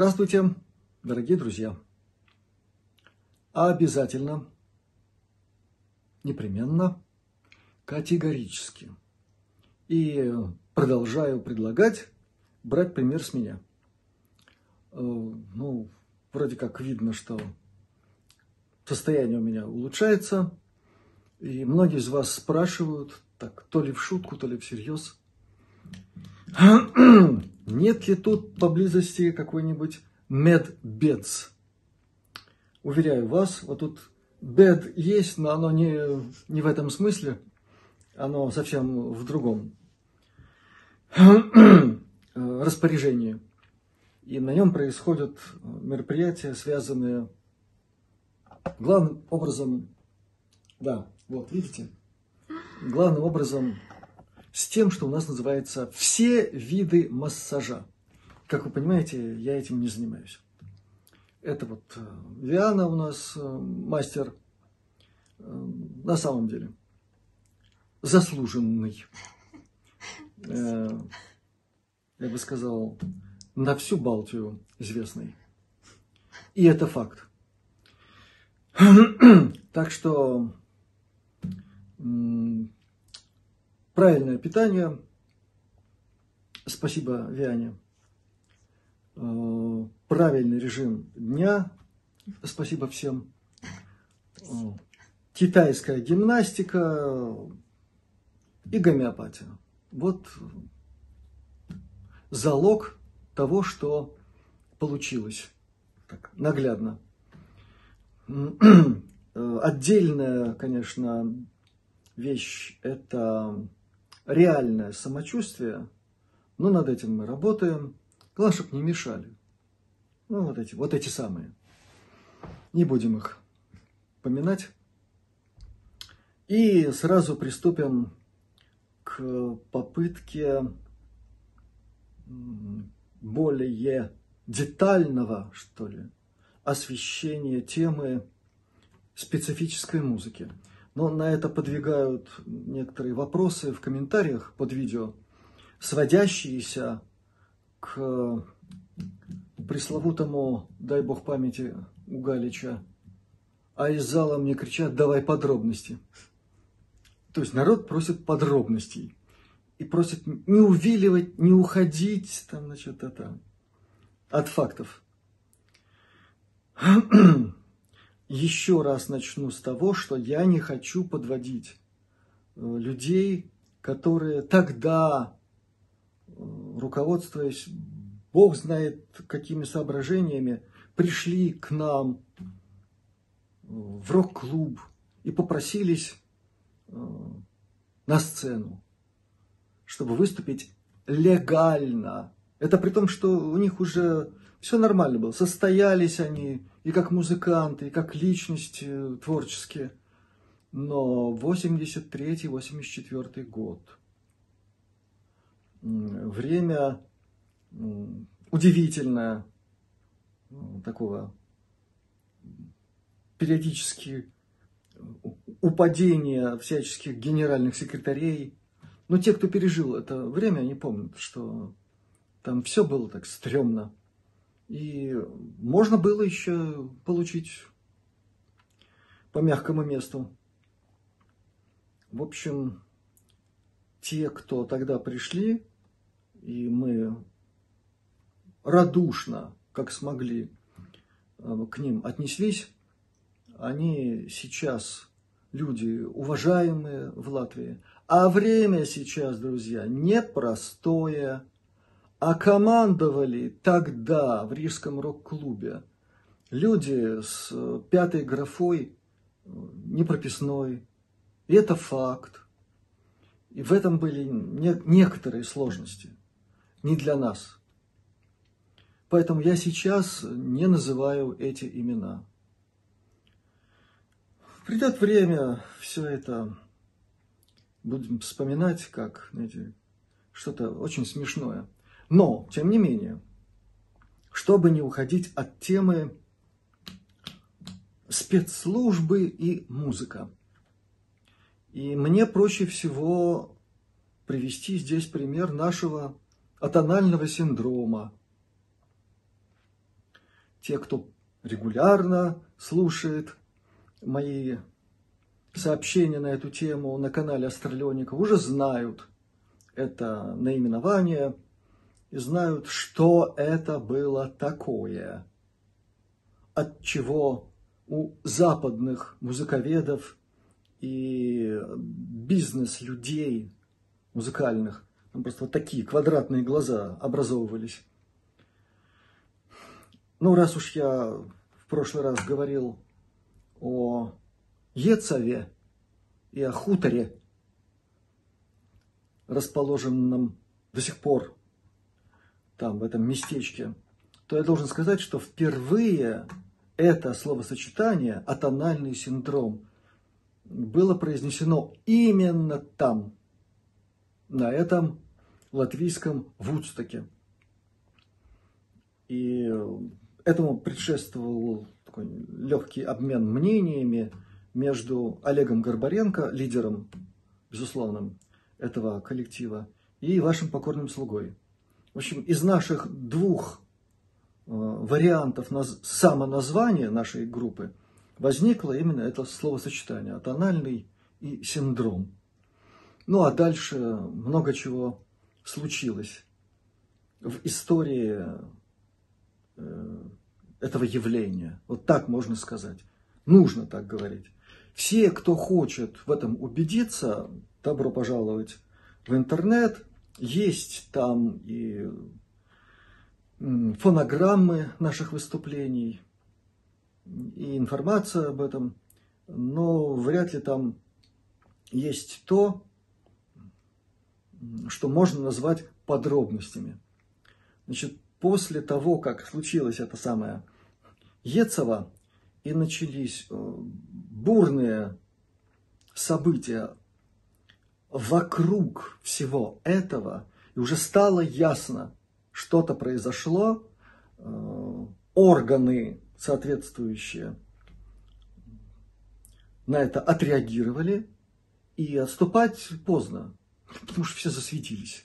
Здравствуйте, дорогие друзья! Обязательно, непременно, категорически. И продолжаю предлагать брать пример с меня. Вроде как видно, что состояние у меня улучшается. И многие из вас спрашивают, так, то ли в шутку, то ли всерьез, нет ли тут поблизости какой-нибудь медбец? Уверяю вас, вот тут бед есть, но оно не в этом смысле, оно совсем в другом распоряжении. И на нем происходят мероприятия, связанные главным образом, да, вот видите, главным образом с тем, что у нас называется все виды массажа. Как вы понимаете, я этим не занимаюсь. Это вот Виана у нас мастер, на самом деле, заслуженный. Я бы сказал, на всю Балтию известный. И это факт. Так что правильное питание, спасибо Виане. Правильный режим дня, спасибо всем. Китайская гимнастика и гомеопатия. Вот залог того, что получилось так наглядно. Отдельная, конечно, вещь – это реальное самочувствие, но над этим мы работаем. Главное, чтобы не мешали. Вот эти самые. Не будем их поминать. И сразу приступим к попытке более детального, что ли, освещения темы специфической музыки. Но на это подвигают некоторые вопросы в комментариях под видео, сводящиеся к пресловутому, дай бог памяти у Галича, а из зала мне кричат: давай подробности. То есть народ просит подробностей и просит не увиливать, не уходить там, значит, от фактов. Еще раз начну с того, что я не хочу подводить людей, которые тогда, руководствуясь Бог знает какими соображениями, пришли к нам в рок-клуб и попросились на сцену, чтобы выступить легально. Это при том, что у них уже все нормально было. Состоялись они и как музыканты, и как личности творческие. Но 83-84 год. Время удивительное, такого периодически упадения всяческих генеральных секретарей. Но те, кто пережил это время, они помнят, что там все было так стрёмно. И можно было еще получить по мягкому месту. В общем, те, кто тогда пришли, и мы радушно, как смогли, к ним отнеслись, они сейчас люди уважаемые в Латвии. А время сейчас, друзья, непростое. А командовали тогда в Рижском рок-клубе люди с 5-й графой непрописной. И это факт. И в этом были некоторые сложности. Не для нас. Поэтому я сейчас не называю эти имена. Придет время, все это будем вспоминать как, знаете, что-то очень смешное. Но, тем не менее, чтобы не уходить от темы спецслужбы и музыка. И мне проще всего привести здесь пример нашего атонального синдрома. те, кто регулярно слушает мои сообщения на эту тему на канале Астралионика, уже знают это наименование и знают, что это было такое, от чего у западных музыковедов и бизнес-людей музыкальных там просто вот такие квадратные глаза образовывались. Ну, раз уж я в прошлый раз говорил о Ецаве и о хуторе, расположенном до сих пор там, в этом местечке, то я должен сказать, что впервые это словосочетание «атональный синдром» было произнесено именно там, на этом латвийском Вудстоке. И этому предшествовал такой легкий обмен мнениями между Олегом Горбаренко, лидером, безусловным, этого коллектива, и вашим покорным слугой. В общем, из наших двух вариантов самоназвания нашей группы возникло именно это словосочетание «атональный» и «синдром». Ну а дальше много чего случилось в истории этого явления. Вот так можно сказать. Нужно так говорить. Все, кто хочет в этом убедиться, добро пожаловать в интернет. Есть там и фонограммы наших выступлений, и информация об этом, но вряд ли там есть то, что можно назвать подробностями. Значит, после того, как случилось это самое Ецава, и начались бурные события вокруг всего этого, и уже стало ясно, что-то произошло, органы соответствующие на это отреагировали, и отступать поздно, потому что все засветились.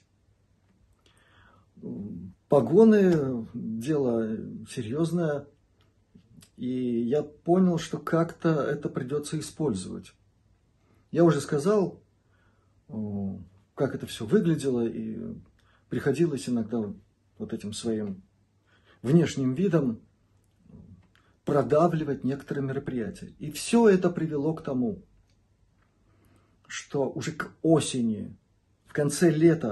Погоны – дело серьезное, и я понял, что как-то это придется использовать. Я уже сказал, как это все выглядело, и приходилось иногда вот этим своим внешним видом продавливать некоторые мероприятия. И все это привело к тому, что уже к осени, в конце лета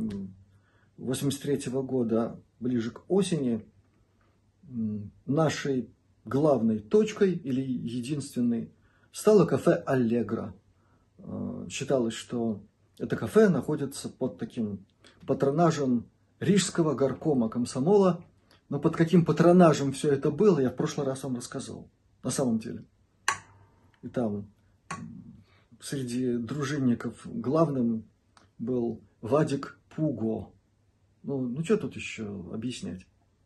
1983 года, ближе к осени, нашей главной точкой или единственной стало кафе «Аллегро». Считалось, что это кафе находится под таким патронажем Рижского горкома комсомола, но под каким патронажем все это было, я в прошлый раз вам рассказал, на самом деле. И там среди дружинников главным был Вадик Пуго. Ну что тут еще объяснять?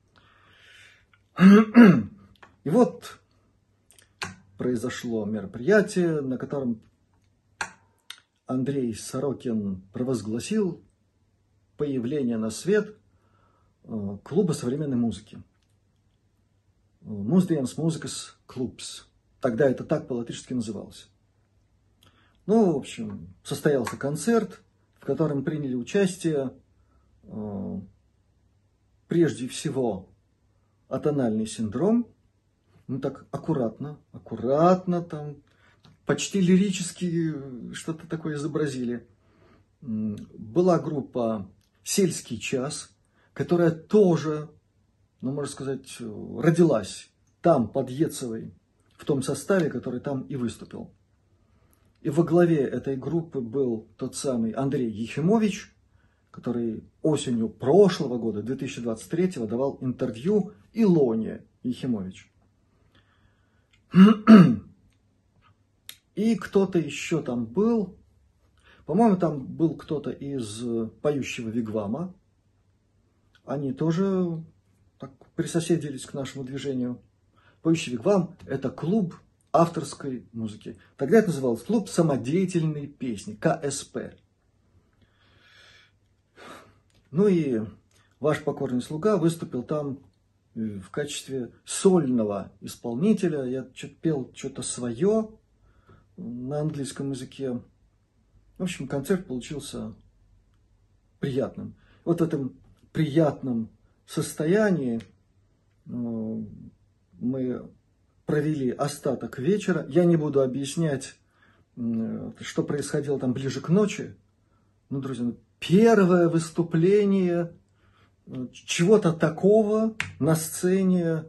И вот произошло мероприятие, на котором Андрей Сорокин провозгласил появление на свет клуба современной музыки. Mūsdienas mūzikas klubs. Тогда это так по-латышски называлось. Ну, в общем, состоялся концерт, в котором приняли участие прежде всего атональный синдром. Ну так аккуратно там, почти лирически что-то такое изобразили. Была группа «Сельский час», которая тоже, ну, можно сказать, родилась там, под Ецавой, в том составе, который там и выступил. И во главе этой группы был тот самый Андрей Ехимович, который осенью прошлого года, 2023, давал интервью Илоне Ехимович. И кто-то еще там был. По-моему, там был кто-то из поющего Вигвама. Они тоже так присоседились к нашему движению. Поющий Вигвам – это клуб авторской музыки. Тогда это называлось клуб самодеятельной песни, КСП. Ну и ваш покорный слуга выступил там в качестве сольного исполнителя. Я пел что-то свое на английском языке. В общем, концерт получился приятным. Вот в этом приятном состоянии мы провели остаток вечера. Я не буду объяснять, что происходило там ближе к ночи. Ну, друзья, первое выступление чего-то такого на сцене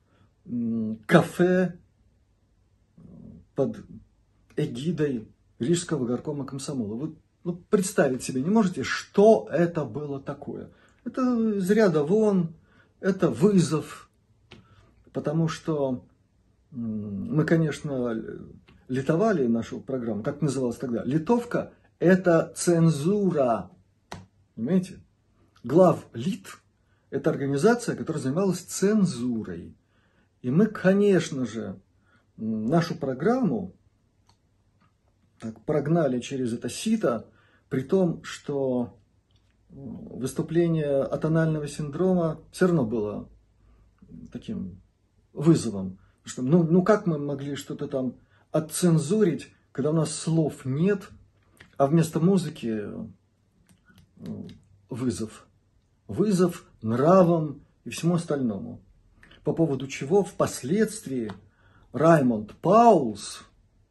кафе под эгидой Рижского горкома комсомола. Вы представить себе не можете, что это было такое. Это из ряда вон, это вызов, потому что мы, конечно, литовали нашу программу, как называлась тогда. Литовка – это цензура, понимаете? Главлит – это организация, которая занималась цензурой. И мы, конечно же, нашу программу так прогнали через это сито, при том, что выступление атонального синдрома все равно было таким вызовом. Что, как мы могли что-то там отцензурить, когда у нас слов нет, а вместо музыки вызов. Вызов нравам и всему остальному. По поводу чего впоследствии Раймонд Паулс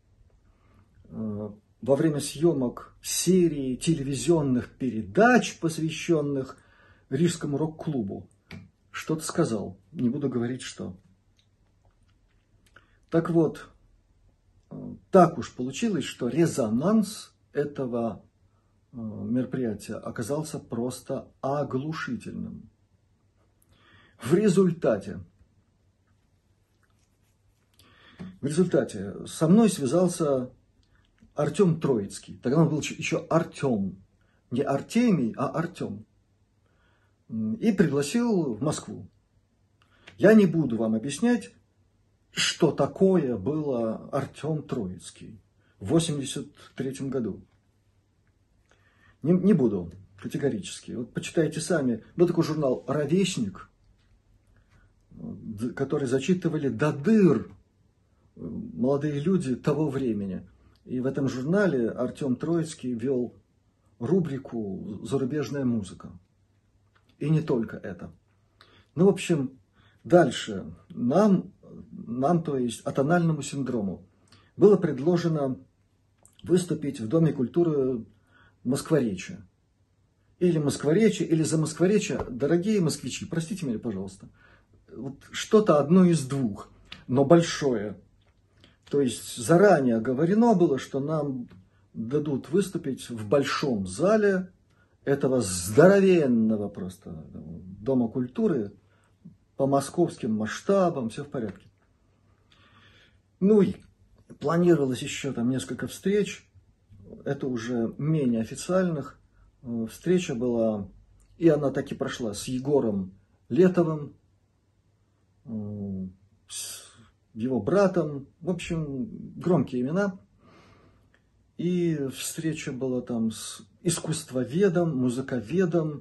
во время съемок серии телевизионных передач, посвященных Рижскому рок-клубу, что-то сказал. Не буду говорить, что. Так вот, так уж получилось, что резонанс этого мероприятия оказался просто оглушительным. В результате со мной связался Артем Троицкий. Тогда он был еще Артем. Не Артемий, а Артем. И пригласил в Москву. Я не буду вам объяснять, что такое было Артем Троицкий в 1983 году. Не буду категорически. Вот почитайте сами. Был такой журнал «Ровесник», который зачитывали до дыр молодые люди того времени. И в этом журнале Артем Троицкий вел рубрику «Зарубежная музыка». И не только это. Ну, в общем, дальше нам, то есть атональному синдрому, было предложено выступить в Доме культуры Москворечья. Или Москворечье, или за Москворечье. Дорогие москвичи, простите меня, пожалуйста. Вот что-то одно из двух, но большое. То есть заранее оговорено было, что нам дадут выступить в большом зале этого здоровенного просто Дома культуры по московским масштабам, все в порядке. Ну и планировалось еще там несколько встреч, это уже менее официальных. Встреча была, и она так и прошла, с Егором Летовым, с его братом, в общем, громкие имена. И встреча была там с искусствоведом, музыковедом,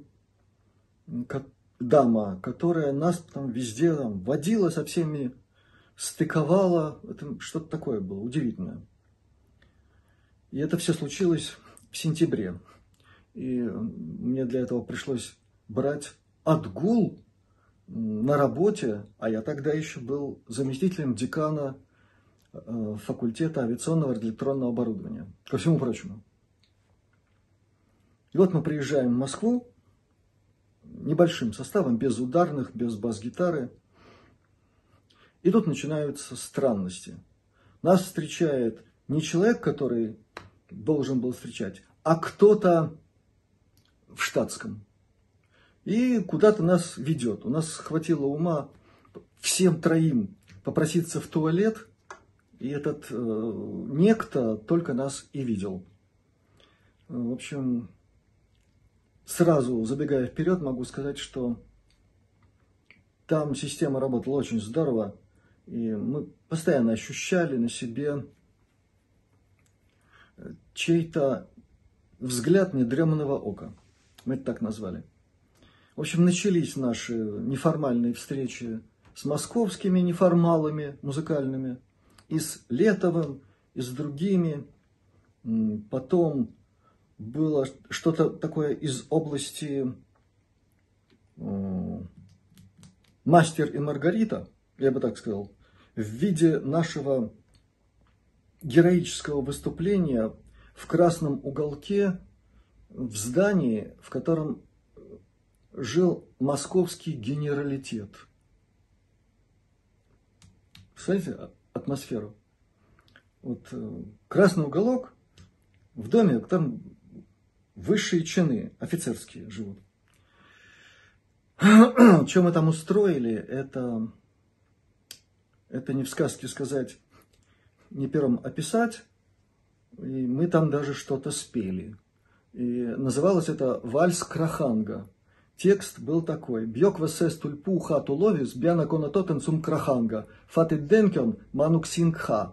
дама, которая нас там везде там водила со всеми, стыковала. Это что-то такое было удивительное. И это все случилось в сентябре. И мне для этого пришлось брать отгул на работе, а я тогда еще был заместителем декана факультета авиационного радиоэлектронного оборудования, ко всему прочему. И вот мы приезжаем в Москву небольшим составом, без ударных, без бас-гитары. И тут начинаются странности. Нас встречает не человек, который должен был встречать, а кто-то в штатском. И куда-то нас ведет. У нас хватило ума всем троим попроситься в туалет, и этот некто только нас и видел. В общем, сразу забегая вперед, могу сказать, что там система работала очень здорово, и мы постоянно ощущали на себе чей-то взгляд недреманного ока. Мы это так назвали. В общем, начались наши неформальные встречи с московскими неформалами музыкальными, и с Летовым, и с другими. Потом было что-то такое из области «Мастер и Маргарита», я бы так сказал, в виде нашего героического выступления в красном уголке в здании, в котором жил московский генералитет. Представляете атмосферу? Вот красный уголок в доме, там высшие чины, офицерские живут. Что мы там устроили, это не в сказке сказать, не пером описать. И мы там даже что-то спели. И называлось это «Вальс Краханга». Текст был такой: «Бьёк весес тульпу хату ловис, бяна конототен сум краханга, фатит денкен манук сингха».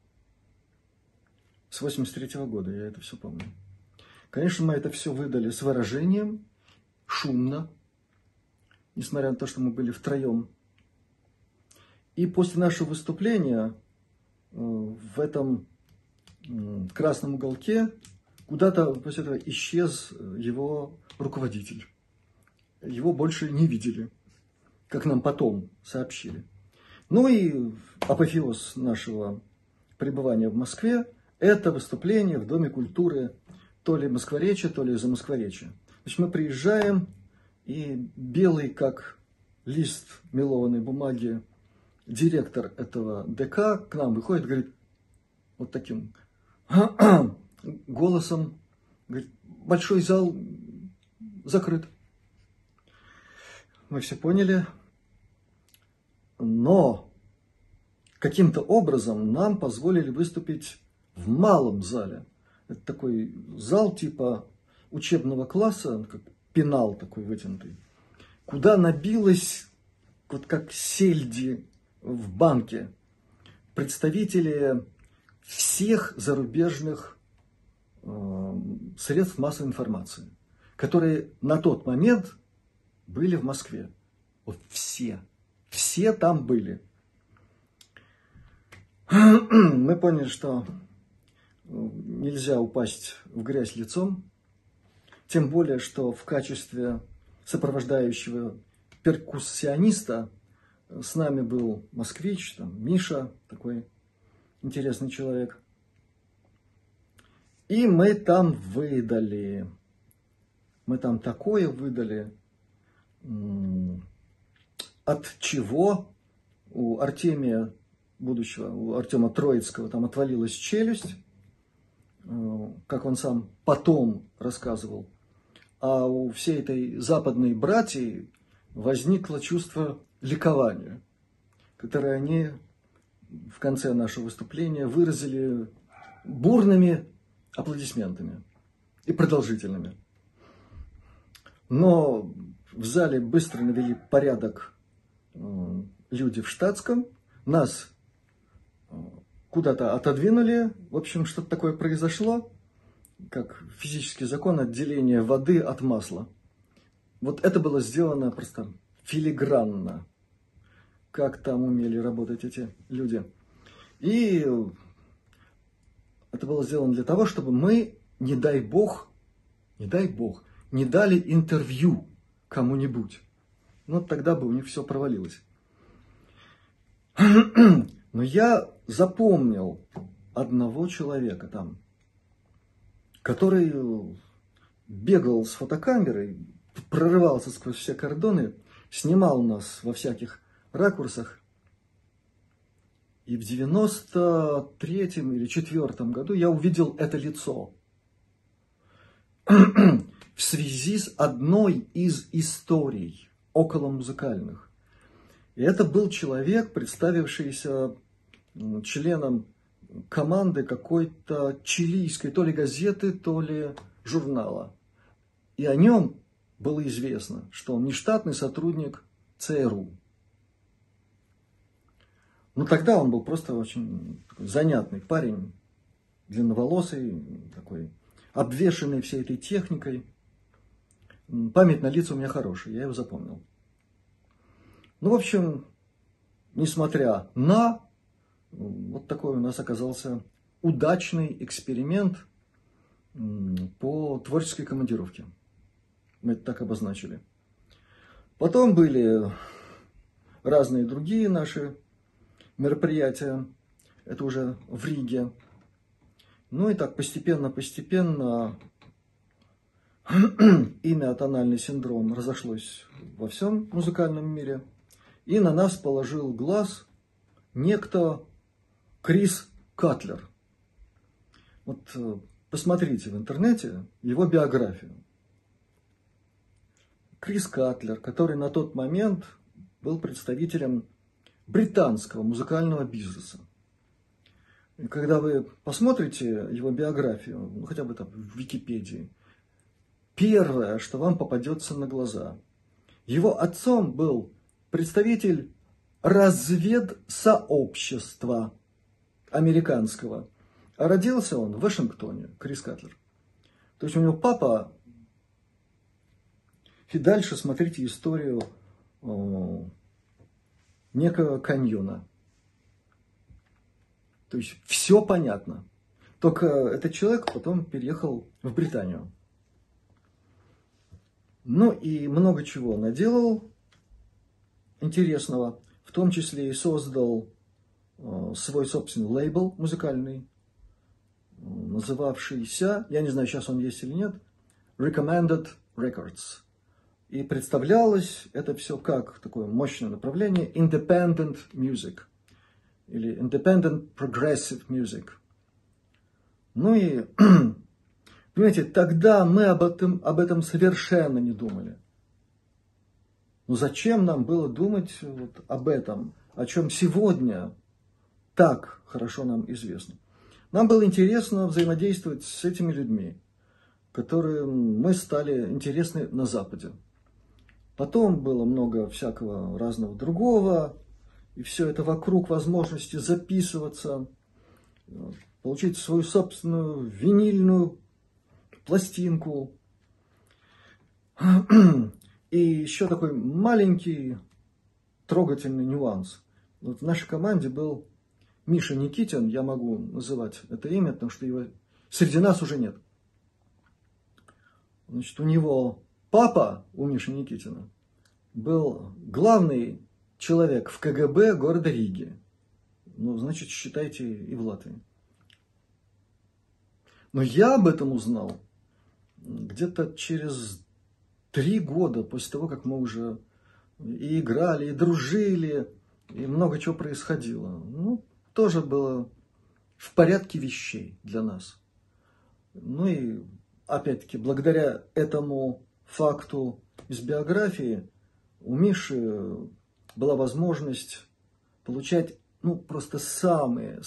С 83-го года, я это все помню. Конечно, мы это все выдали с выражением, шумно, несмотря на то, что мы были втроем. И после нашего выступления в этом красном уголке куда-то после этого исчез его руководитель. Его больше не видели, как нам потом сообщили. Ну и апофеоз нашего пребывания в Москве – это выступление в Доме культуры то ли Москворечья, то ли Замоскворечья. Значит, мы приезжаем, и белый, как лист мелованной бумаги, директор этого ДК к нам выходит и говорит вот таким голосом, говорит: большой зал закрыт. Мы все поняли, но каким-то образом нам позволили выступить в малом зале. Это такой зал типа учебного класса, как пенал такой вытянутый, куда набилось, вот как сельди в банке, представители всех зарубежных средств массовой информации, которые на тот момент были в Москве. Вот все там были. Мы поняли, что нельзя упасть в грязь лицом, тем более, что в качестве сопровождающего перкуссиониста с нами был москвич, там, Миша, такой интересный человек. И мы там выдали. Мы там такое выдали, от чего у Артемия будущего, у Артема Троицкого там отвалилась челюсть, как он сам потом рассказывал. А у всей этой западной братьи возникло чувство ликования, которое они в конце нашего выступления выразили бурными аплодисментами и продолжительными. Но в зале быстро навели порядок люди в штатском, нас куда-то отодвинули, в общем, что-то такое произошло, как физический закон отделения воды от масла. Вот это было сделано просто филигранно, как там умели работать эти люди. И это было сделано для того, чтобы мы, не дай бог, не дали интервью кому-нибудь. Ну, тогда бы у них все провалилось. Но я запомнил одного человека там, который бегал с фотокамерой, прорывался сквозь все кордоны, снимал нас во всяких ракурсах. И в 93-м или 94-м году я увидел это лицо в связи с одной из историй околомузыкальных. И это был человек, представившийся членом команды какой-то чилийской то ли газеты, то ли журнала. И о нем было известно, что он нештатный сотрудник ЦРУ. Ну, тогда он был просто очень такой занятный парень, длинноволосый, такой, обвешанный всей этой техникой. Память на лица у меня хорошая, я его запомнил. Ну, в общем, несмотря на, вот такой у нас оказался удачный эксперимент по творческой командировке. Мы это так обозначили. Потом были разные другие наши мероприятия. Это уже в Риге. Ну и так постепенно имя «Тональный синдром» разошлось во всем музыкальном мире. И на нас положил глаз некто Крис Катлер. Вот посмотрите в интернете его биографию. Крис Катлер, который на тот момент был представителем британского музыкального бизнеса. И когда вы посмотрите его биографию, ну, хотя бы там в Википедии, первое, что вам попадется на глаза, его отцом был представитель разведсообщества американского. А родился он в Вашингтоне, Крис Катлер. То есть у него папа... И дальше смотрите историю некого каньона. То есть все понятно. Только этот человек потом переехал в Британию. Ну и много чего наделал интересного. В том числе и создал свой собственный лейбл музыкальный, называвшийся, я не знаю, сейчас он есть или нет, Recommended Records. И представлялось это все как такое мощное направление Independent Music или Independent Progressive Music. Ну и, понимаете, тогда мы об этом совершенно не думали. Ну зачем нам было думать вот об этом, о чем сегодня так хорошо нам известно? Нам было интересно взаимодействовать с этими людьми, которым мы стали интересны на Западе. Потом было много всякого разного другого, и все это вокруг возможности записываться, получить свою собственную винильную пластинку. И еще такой маленький трогательный нюанс. Вот в нашей команде был Миша Никитин, я могу называть это имя, потому что его среди нас уже нет. Значит, у него папа, у Миши Никитина, был главный человек в КГБ города Риги. Ну, значит, считайте, и в Латвии. Но я об этом узнал где-то через 3 года после того, как мы уже и играли, и дружили, и много чего происходило. Ну, тоже было в порядке вещей для нас. Ну и, опять-таки, благодаря этому факту из биографии у Миши была возможность получать, ну, просто самые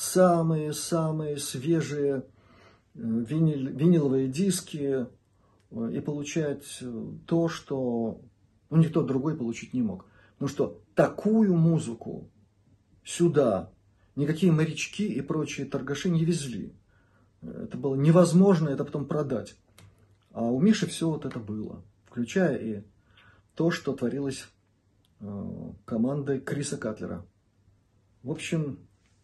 свежие виниловые диски и получать то, что никто другой получить не мог. Потому что такую музыку сюда никакие морячки и прочие торгаши не везли. Это было невозможно это потом продать. А у Миши все вот это было, включая и то, что творилось командой Криса Катлера. В общем,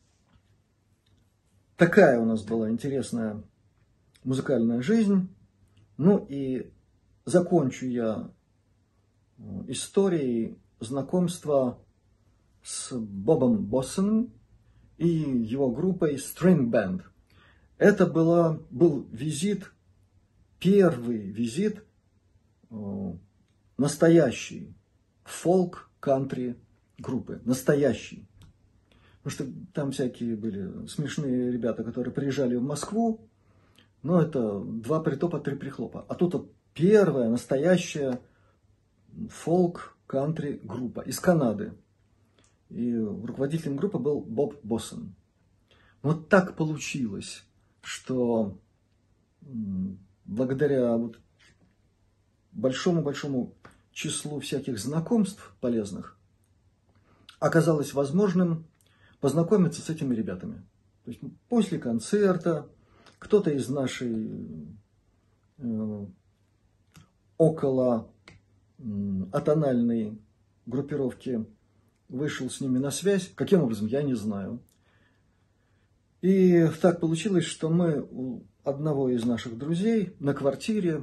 такая у нас была интересная музыкальная жизнь. Ну и закончу я историей знакомства с Бобом Боссеном и его группой String Band. Это был визит, первый визит настоящий фолк-кантри группы. Настоящий. Потому что там всякие были смешные ребята, которые приезжали в Москву. Но это 2 притопа, 3 прихлопа. А тут вот первая настоящая фолк-кантри группа из Канады. И руководителем группы был Боб Боссен. Вот так получилось, что благодаря вот большому числу всяких знакомств полезных оказалось возможным познакомиться с этими ребятами. То есть после концерта кто-то из нашей около атональной группировки вышел с ними на связь. Каким образом, я не знаю. И так получилось, что мы у одного из наших друзей на квартире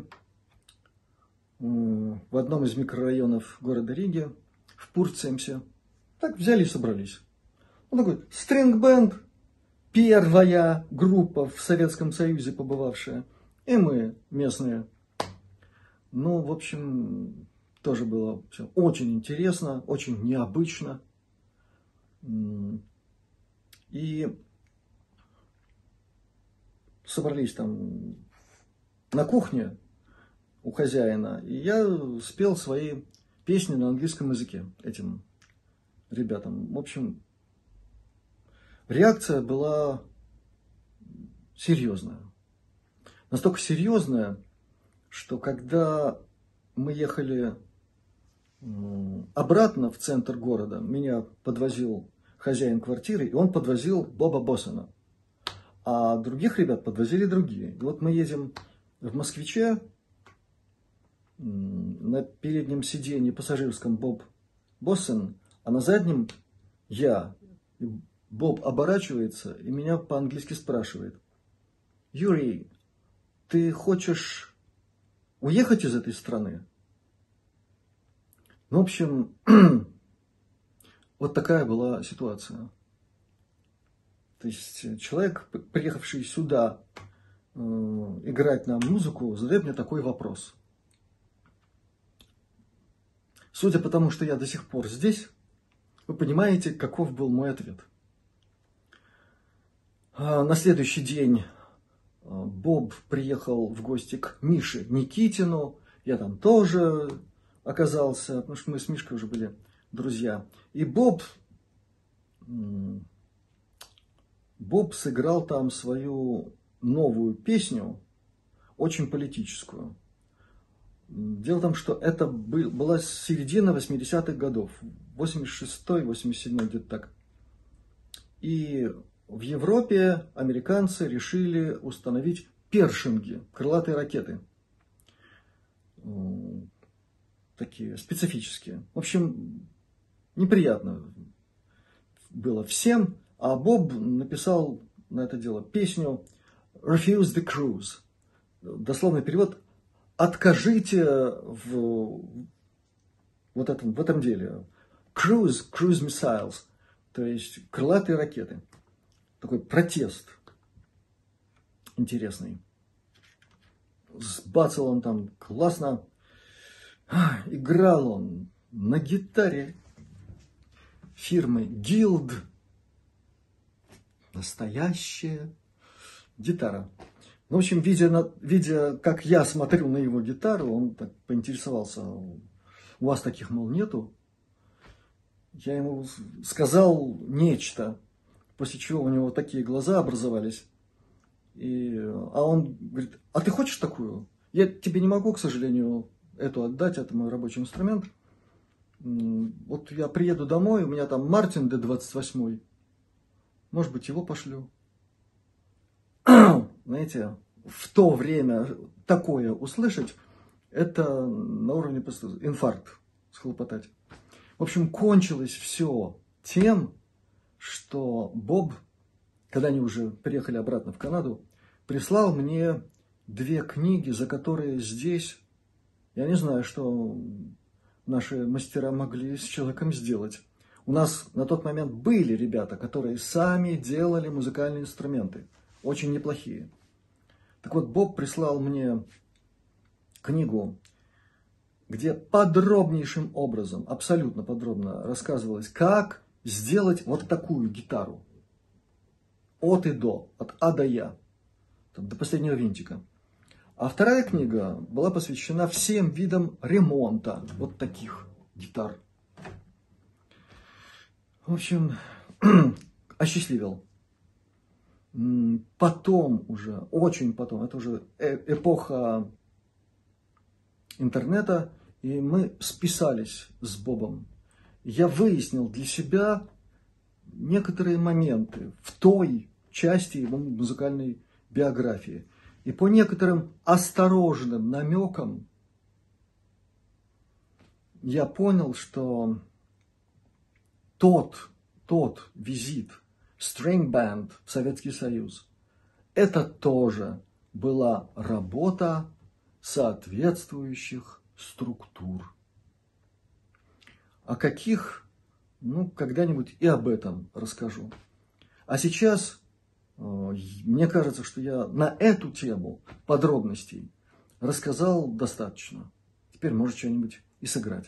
в одном из микрорайонов города Риги, в Пурцемсе, так взяли и собрались. Он такой, стринг-бенд, первая группа в Советском Союзе побывавшая, и мы местные. Ну, в общем, тоже было все очень интересно, очень необычно. И собрались там на кухне у хозяина, и я спел свои песни на английском языке этим ребятам. В общем, реакция была серьезная. Настолько серьезная, что когда мы ехали обратно в центр города, меня подвозил хозяин квартиры, и он подвозил Боба Боссена. А других ребят подвозили другие. И вот мы едем в «Москвиче», на переднем сиденье пассажирском Боб Боссен, а на заднем я. И Боб оборачивается и меня по-английски спрашивает: «Юрий, ты хочешь уехать из этой страны?» Ну, в общем, вот такая была ситуация. То есть человек, приехавший сюда играть нам музыку, задает мне такой вопрос. Судя по тому, что я до сих пор здесь, вы понимаете, каков был мой ответ. На следующий день Боб приехал в гости к Мише Никитину. Я там тоже оказался, потому что мы с Мишкой уже были друзья. И Боб сыграл там свою новую песню, очень политическую. Дело в том, что это была середина 80-х годов, 86-й, 87-й, где-то так. И в Европе американцы решили установить першинги, крылатые ракеты. Такие специфические. В общем, неприятно было всем. А Боб написал на это дело песню «Refuse the cruise». Дословный перевод «Откажите в этом деле». Cruise missiles, то есть крылатые ракеты. Такой протест интересный. Сбацал он там классно. Играл он на гитаре фирмы Guild. Настоящая гитара. В общем, видя, как я смотрю на его гитару, он так поинтересовался: у вас таких, мол, нету? Я ему сказал нечто, после чего у него такие глаза образовались. А он говорит: а ты хочешь такую? Я тебе не могу, к сожалению, эту отдать, это мой рабочий инструмент. Вот я приеду домой, у меня там Мартин D28, может быть, его пошлю. Знаете, в то время такое услышать, это на уровне просто инфаркт схлопотать. В общем, кончилось все тем, что Боб, когда они уже приехали обратно в Канаду, прислал мне 2 книги, за которые здесь, я не знаю, что наши мастера могли с человеком сделать. У нас на тот момент были ребята, которые сами делали музыкальные инструменты, очень неплохие. Так вот, Боб прислал мне книгу, где подробнейшим образом, абсолютно подробно рассказывалось, как сделать вот такую гитару. От и до, от А до Я, до последнего винтика. А вторая книга была посвящена всем видам ремонта вот таких гитар. В общем, осчастливил. Потом уже, очень потом, это уже эпоха интернета, и мы списались с Бобом. Я выяснил для себя некоторые моменты в той части его музыкальной биографии. И по некоторым осторожным намекам я понял, что тот визит String Band в Советский Союз, это тоже была работа соответствующих структур. О каких, когда-нибудь и об этом расскажу. А сейчас, мне кажется, что я на эту тему подробностей рассказал достаточно. Теперь может что-нибудь и сыграть.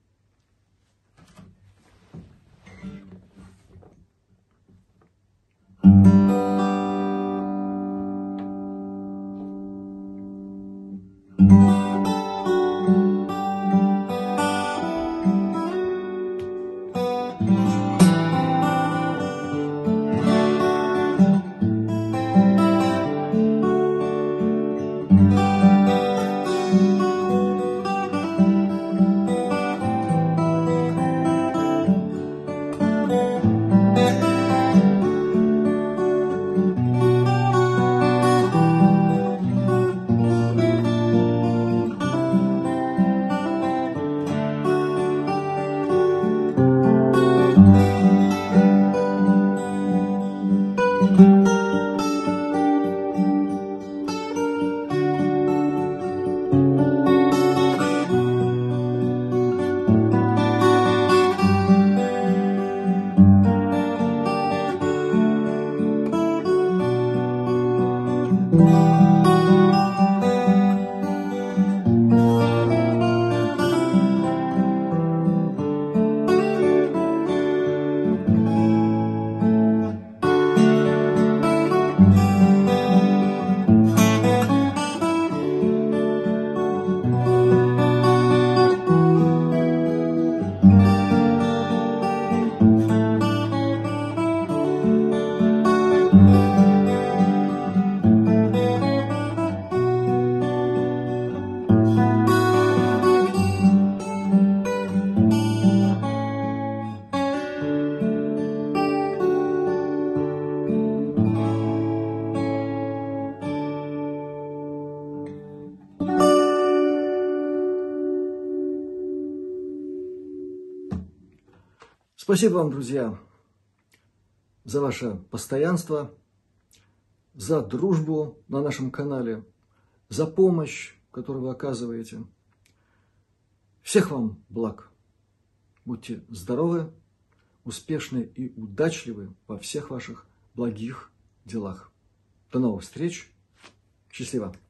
Спасибо вам, друзья, за ваше постоянство, за дружбу на нашем канале, за помощь, которую вы оказываете. Всех вам благ. Будьте здоровы, успешны и удачливы во всех ваших благих делах. До новых встреч. Счастливо.